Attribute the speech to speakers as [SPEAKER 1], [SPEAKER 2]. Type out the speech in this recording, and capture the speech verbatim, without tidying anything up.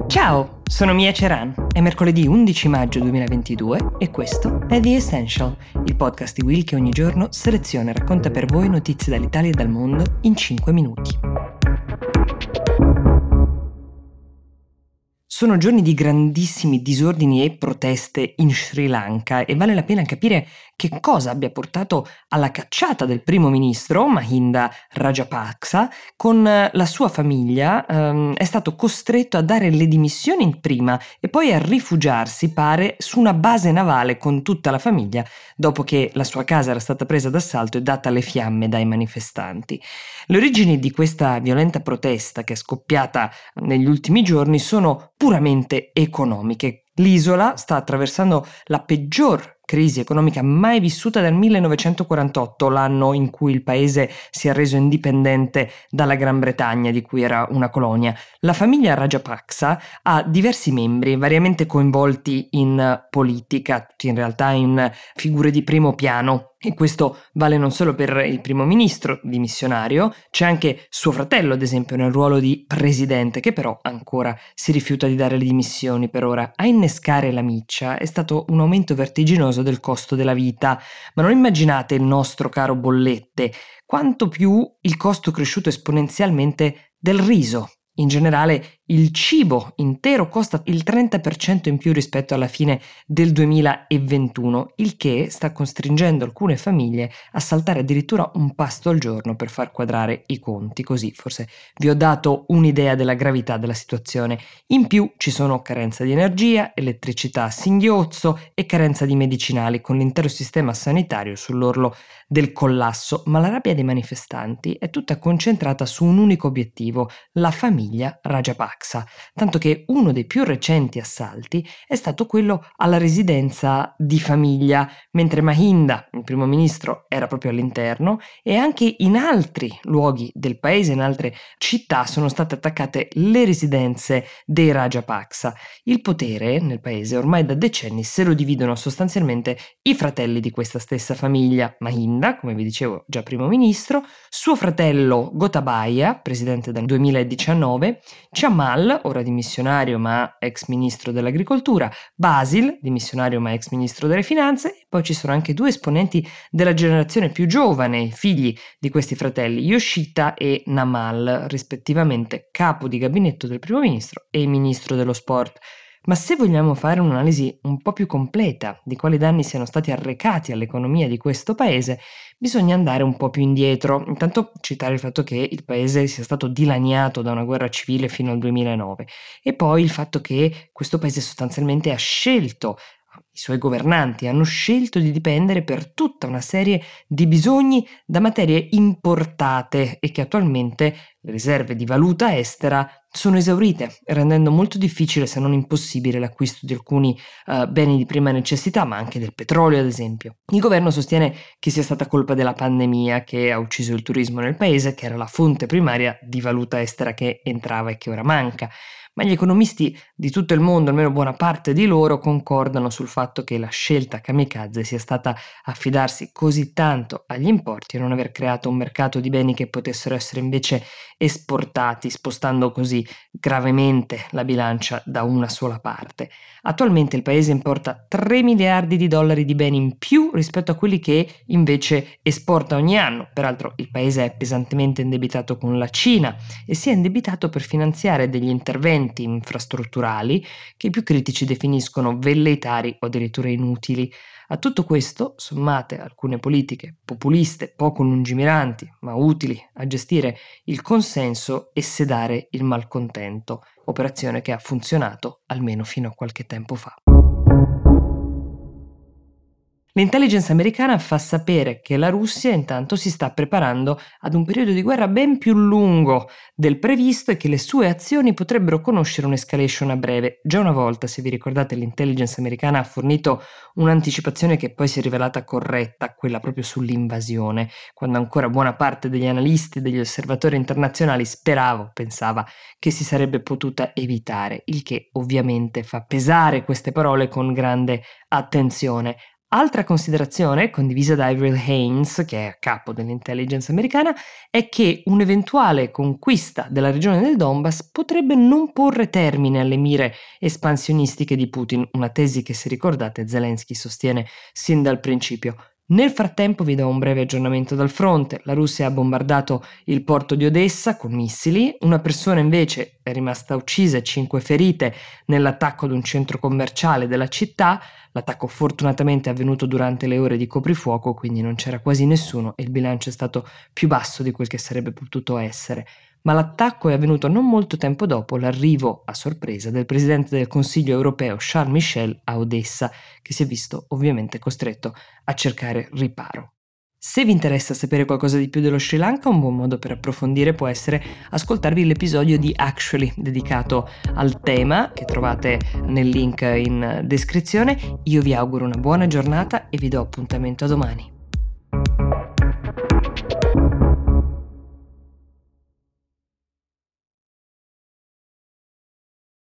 [SPEAKER 1] Ciao, sono Mia Ceran. È mercoledì undici maggio duemilaventidue e questo è The Essential, il podcast di Will che ogni giorno seleziona e racconta per voi notizie dall'Italia e dal mondo in cinque minuti. Sono giorni di grandissimi disordini e proteste in Sri Lanka e vale la pena capire che cosa abbia portato alla cacciata del primo ministro Mahinda Rajapaksa. Con la sua famiglia ehm, è stato costretto a dare le dimissioni prima e poi a rifugiarsi, pare, su una base navale con tutta la famiglia dopo che la sua casa era stata presa d'assalto e data alle fiamme dai manifestanti. Le origini di questa violenta protesta che è scoppiata negli ultimi giorni sono puramente economiche. L'isola sta attraversando la peggior crisi economica mai vissuta dal millenovecentoquarantotto, l'anno in cui il paese si è reso indipendente dalla Gran Bretagna, di cui era una colonia. La famiglia Rajapaksa ha diversi membri, variamente coinvolti in politica, tutti in realtà in figure di primo piano. E questo vale non solo per il primo ministro dimissionario, c'è anche suo fratello, ad esempio, nel ruolo di presidente, che però ancora si rifiuta di dare le dimissioni per ora. A innescare la miccia è stato un aumento vertiginoso del costo della vita, ma non immaginate il nostro caro bollette, quanto più il costo cresciuto esponenzialmente del riso. In generale, il cibo intero costa il trenta per cento in più rispetto alla fine del duemilaventuno, il che sta costringendo alcune famiglie a saltare addirittura un pasto al giorno per far quadrare i conti. Così forse vi ho dato un'idea della gravità della situazione. In più ci sono carenza di energia, elettricità a singhiozzo e carenza di medicinali, con l'intero sistema sanitario sull'orlo del collasso. Ma la rabbia dei manifestanti è tutta concentrata su un unico obiettivo: la famiglia Rajapaksa. Tanto che uno dei più recenti assalti è stato quello alla residenza di famiglia, mentre Mahinda, il primo ministro, era proprio all'interno, e anche in altri luoghi del paese, in altre città, sono state attaccate le residenze dei Rajapaksa. Il potere nel paese ormai da decenni se lo dividono sostanzialmente i fratelli di questa stessa famiglia: Mahinda, come vi dicevo, già primo ministro, suo fratello Gotabaya, presidente dal duemiladiciannove, Jamal, ora dimissionario ma ex ministro dell'agricoltura, Basil, dimissionario ma ex ministro delle finanze, e poi ci sono anche due esponenti della generazione più giovane, figli di questi fratelli, Yoshita e Namal, rispettivamente capo di gabinetto del primo ministro e ministro dello sport. Ma se vogliamo fare un'analisi un po' più completa di quali danni siano stati arrecati all'economia di questo paese, bisogna andare un po' più indietro. Intanto citare il fatto che il paese sia stato dilaniato da una guerra civile fino al duemilanove e poi il fatto che questo paese sostanzialmente ha scelto, i suoi governanti hanno scelto di dipendere per tutta una serie di bisogni da materie importate e che attualmente le riserve di valuta estera sono esaurite, rendendo molto difficile, se non impossibile, l'acquisto di alcuni uh, beni di prima necessità, ma anche del petrolio, ad esempio. Il governo sostiene che sia stata colpa della pandemia che ha ucciso il turismo nel paese, che era la fonte primaria di valuta estera che entrava e che ora manca. Ma gli economisti di tutto il mondo, almeno buona parte di loro, concordano sul fatto che la scelta kamikaze sia stata affidarsi così tanto agli importi e non aver creato un mercato di beni che potessero essere invece esportati, spostando così gravemente la bilancia da una sola parte. Attualmente il paese importa tre miliardi di dollari di beni in più rispetto a quelli che invece esporta ogni anno. Peraltro il paese è pesantemente indebitato con la Cina e si è indebitato per finanziare degli interventi infrastrutturali che i più critici definiscono velleitari o addirittura inutili. A tutto questo sommate alcune politiche populiste poco lungimiranti ma utili a gestire il consenso e sedare il malcontento, operazione che ha funzionato almeno fino a qualche tempo fa. L'intelligence americana fa sapere che la Russia intanto si sta preparando ad un periodo di guerra ben più lungo del previsto e che le sue azioni potrebbero conoscere un'escalation a breve. Già una volta, se vi ricordate, l'intelligence americana ha fornito un'anticipazione che poi si è rivelata corretta, quella proprio sull'invasione, quando ancora buona parte degli analisti e degli osservatori internazionali sperava o pensava che si sarebbe potuta evitare, il che ovviamente fa pesare queste parole con grande attenzione. Altra considerazione, condivisa da Avril Haines, che è a capo dell'intelligence americana, è che un'eventuale conquista della regione del Donbass potrebbe non porre termine alle mire espansionistiche di Putin, una tesi che, se ricordate, Zelensky sostiene sin dal principio. Nel frattempo vi do un breve aggiornamento dal fronte. La Russia ha bombardato il porto di Odessa con missili, una persona invece è rimasta uccisa e cinque ferite nell'attacco ad un centro commerciale della città. L'attacco fortunatamente è avvenuto durante le ore di coprifuoco, quindi non c'era quasi nessuno e il bilancio è stato più basso di quel che sarebbe potuto essere. Ma l'attacco è avvenuto non molto tempo dopo l'arrivo a sorpresa del presidente del Consiglio europeo Charles Michel a Odessa, che si è visto ovviamente costretto a cercare riparo. Se vi interessa sapere qualcosa di più dello Sri Lanka, un buon modo per approfondire può essere ascoltarvi l'episodio di Actually dedicato al tema, che trovate nel link in descrizione. Io vi auguro una buona giornata e vi do appuntamento a domani.